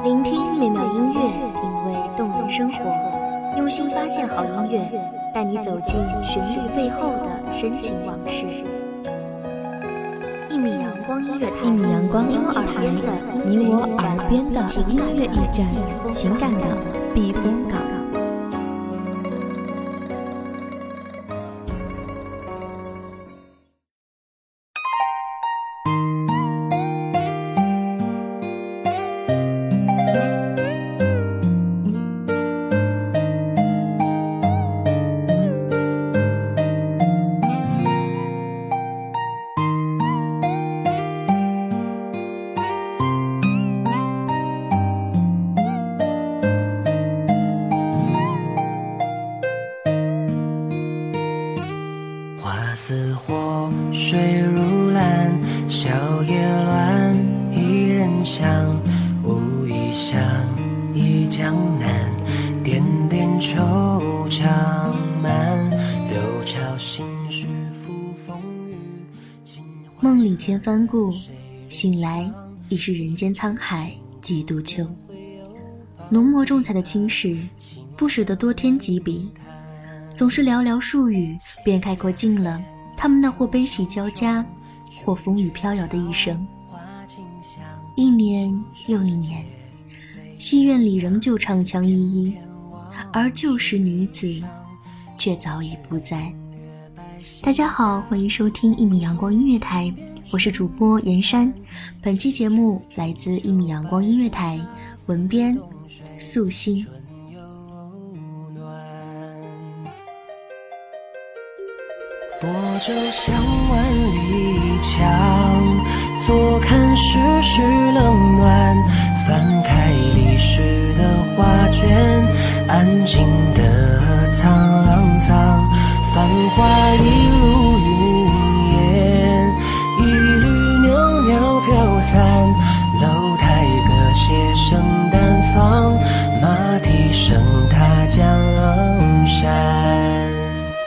聆听美妙音乐，品味动人生活，用心发现好音乐，带你走进旋律背后的深情往事。一米阳光音乐台， 一米阳光音乐台，你我耳边的音乐驿站，情感的避风港。 似火，水如蓝，小叶乱，一人香，无意想忆江南，点点惆怅满，流潮心绪付风雨。 梦里千帆故，醒来已是人间沧海几度秋。浓墨重彩的青史，不舍得多添几笔，总是寥寥数语便概括尽了他们那或悲喜交加，或风雨飘摇的一生。一年又一年，戏院里仍旧唱腔依依，而旧时女子却早已不在。大家好，欢迎收听一米阳光音乐台，我是主播严山。本期节目来自一米阳光音乐台，文编素心。 薄舟向万里江，坐看世事冷暖，翻开历史的画卷，安静的沧桑，繁华一路云烟，一缕袅袅飘散，楼台歌榭声淡放，马蹄声踏江山。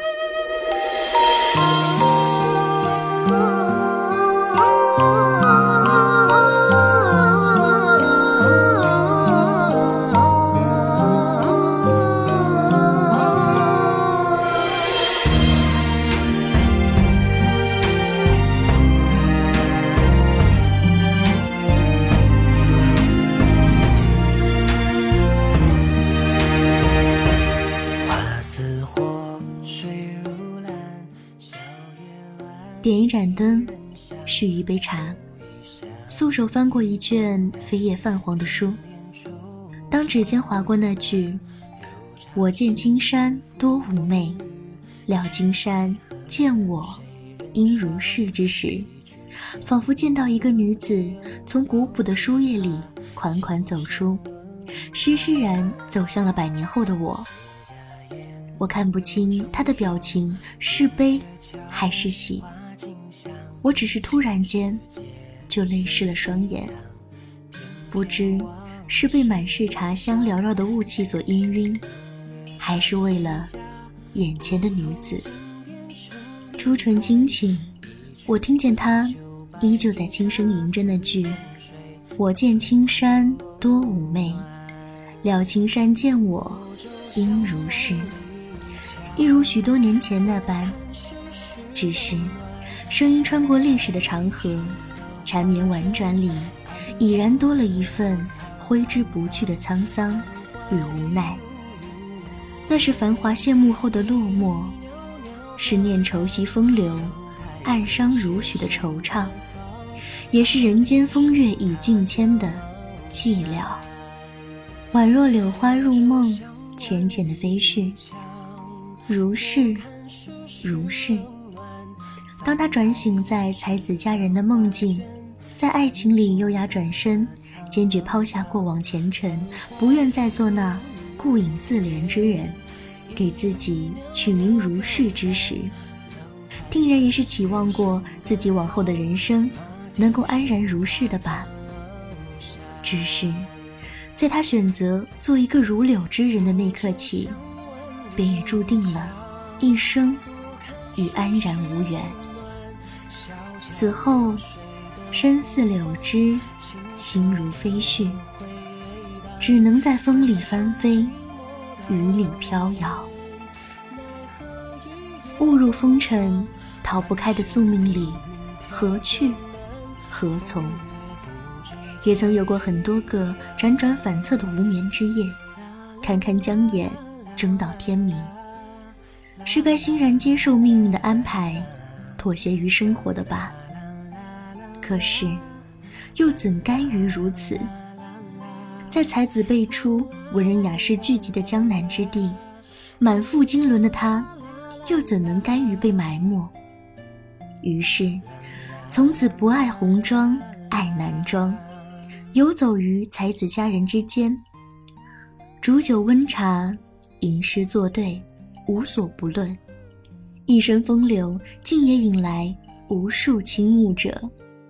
点一盏灯，续一杯茶，素手翻过一卷扉页泛黄的书，当指尖划过那句我见青山多妩媚，料青山见我应如是之时，仿佛见到一个女子从古朴的书页里款款走出，施施然走向了100年后的我。我看不清她的表情是悲还是喜，我只是突然间就泪湿了双眼，不知是被满是茶香缭绕的雾气所氤氲，还是为了眼前的女子。朱唇轻启，我听见她依旧在轻声吟着那句我见青山多妩媚，料青山见我应如是，一如许多年前那般，只是声音穿过历史的长河，缠绵婉转里已然多了一份挥之不去的沧桑与无奈。那是繁华谢幕后的落寞，是念愁惜风流，暗伤如许的惆怅，也是人间风月已尽迁的寂寥。宛若柳花入梦，浅浅的飞絮，如是如是。当他转醒在才子佳人的梦境，在爱情里优雅转身，坚决抛下过往前尘，不愿再做那顾影自怜之人，给自己取名如是之时，定然也是期望过自己往后的人生能够安然如是的吧。只是在他选择做一个如柳之人的那刻起，便也注定了一生与安然无缘。此后身似柳枝，心如飞絮， 只能在风里翻飞，雨里飘摇。误入风尘，逃不开的宿命里，何去何从？也曾有过很多个辗转反侧的无眠之夜，堪堪将眼睁到天明。是该欣然接受命运的安排，妥协于生活的吧？可是又怎甘于如此？在才子辈出、文人雅士聚集的江南之地，满腹经纶的他又怎能甘于被埋没？于是从此不爱红妆，爱男装，游走于才子佳人之间，煮酒温茶，吟诗作对，无所不论。一身风流，竟也引来无数倾慕者。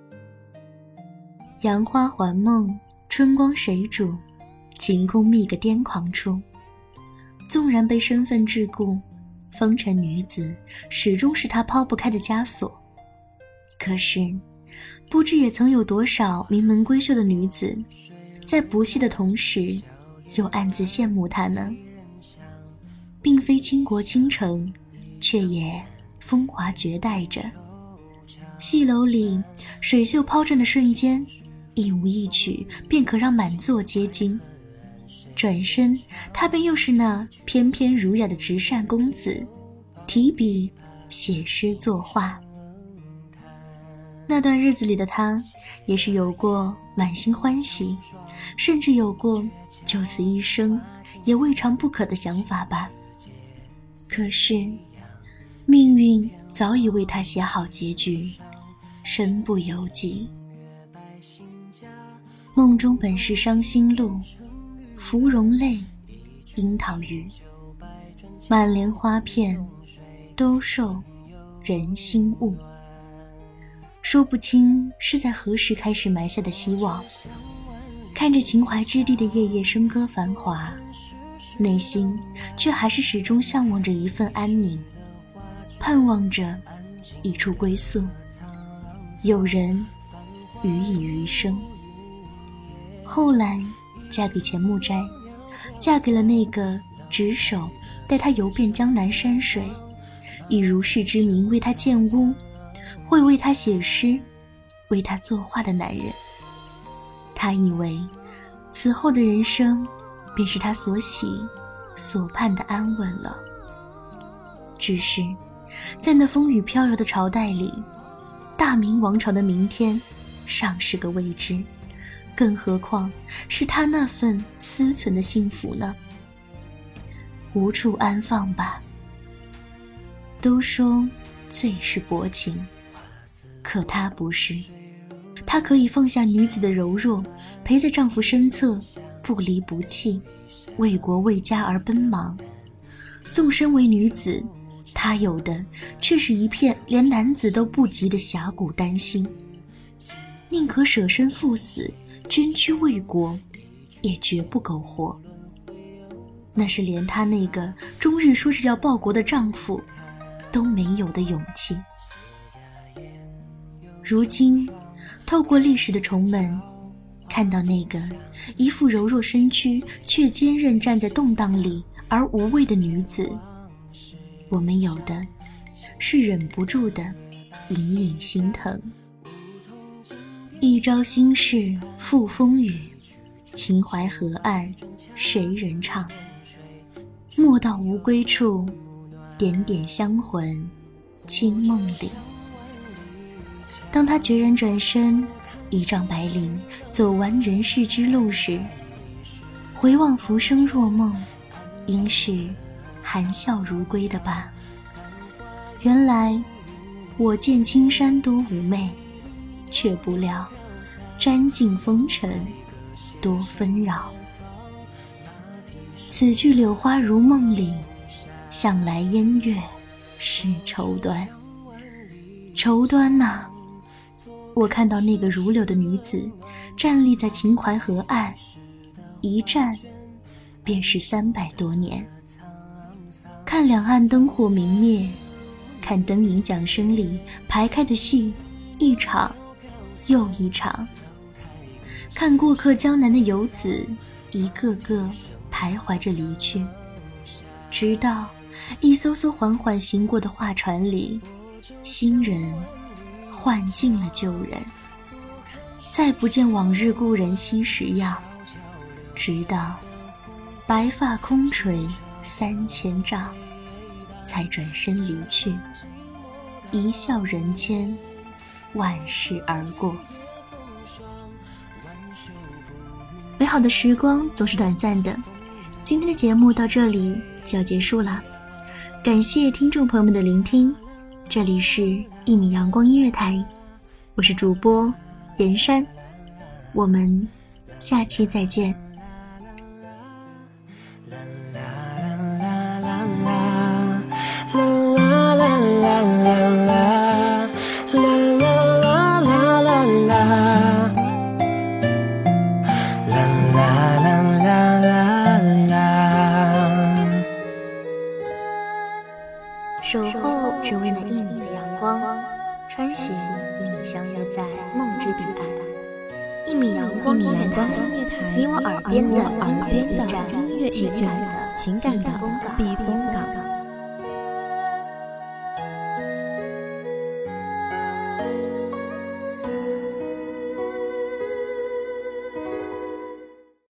杨花还梦，春光谁主？晴空觅个癫狂处。纵然被身份桎梏，风尘女子始终是他抛不开的枷锁。可是不知也曾有多少名门闺秀的女子，在不屑的同时又暗自羡慕他呢？并非倾国倾城，却也风华绝代着。戏楼里水袖抛转的瞬间，一舞一曲便可让满座皆惊。转身他便又是那翩翩儒雅的直善公子，提笔写诗作画。那段日子里的他也是有过满心欢喜，甚至有过就此一生也未尝不可的想法吧。可是命运早已为他写好结局，身不由己。梦中本是伤心路，芙蓉泪，樱桃雨，满帘花片，都受人心误。说不清是在何时开始埋下的希望，看着秦淮之地的夜夜笙歌繁华，内心却还是始终向往着一份安宁，盼望着一处归宿，有人予以余生。后来嫁给钱穆斋，嫁给了那个执手带他游遍江南山水，以如是之名为他建屋，会为他写诗，为他作画的男人。他以为此后的人生便是他所喜所盼的安稳了。只是在那风雨飘摇的朝代里，大明王朝的明天尚是个未知，更何况是他那份思存的幸福呢？无处安放吧。都说最是薄情，可他不是。她可以放下女子的柔弱，陪在丈夫身侧，不离不弃，为国为家而奔忙。纵身为女子，她有的却是一片连男子都不及的侠骨丹心，宁可舍身赴死，捐躯为国，也绝不苟活。那是连她那个终日说着要报国的丈夫都没有的勇气。如今透过历史的重门，看到那个一副柔弱身躯却坚韧站在动荡里而无畏的女子，我们有的是忍不住的隐隐心疼。一朝心事付风雨，秦淮河岸谁人唱？莫到无归处，点点香魂清梦里。当他决然转身，一丈白绫走完人世之路时，回望浮生若梦，应是含笑如归的吧。原来我见青山多妩媚，却不料沾尽风尘多纷扰。此去柳花如梦里，向来烟月是愁端。愁端啊，我看到那个如柳的女子站立在秦淮河岸，一站便是300多年。看两岸灯火明灭，看灯影桨声里排开的戏一场又一场，看过客江南的游子一个个徘徊着离去，直到一艘艘缓缓行过的画船里，新人换尽了旧人，再不见往日故人昔时样，直到白发空垂3000丈，才转身离去，一笑人间，万事而过。美好的时光总是短暂的，今天的节目到这里就要结束了，感谢听众朋友们的聆听，这里是1米阳光音乐台，我是主播严珊，我们下期再见。守候只为那1米的阳光，穿行与你相约在梦之彼岸。1米阳光音乐台，你我耳边的音乐驿站，情感的避风港。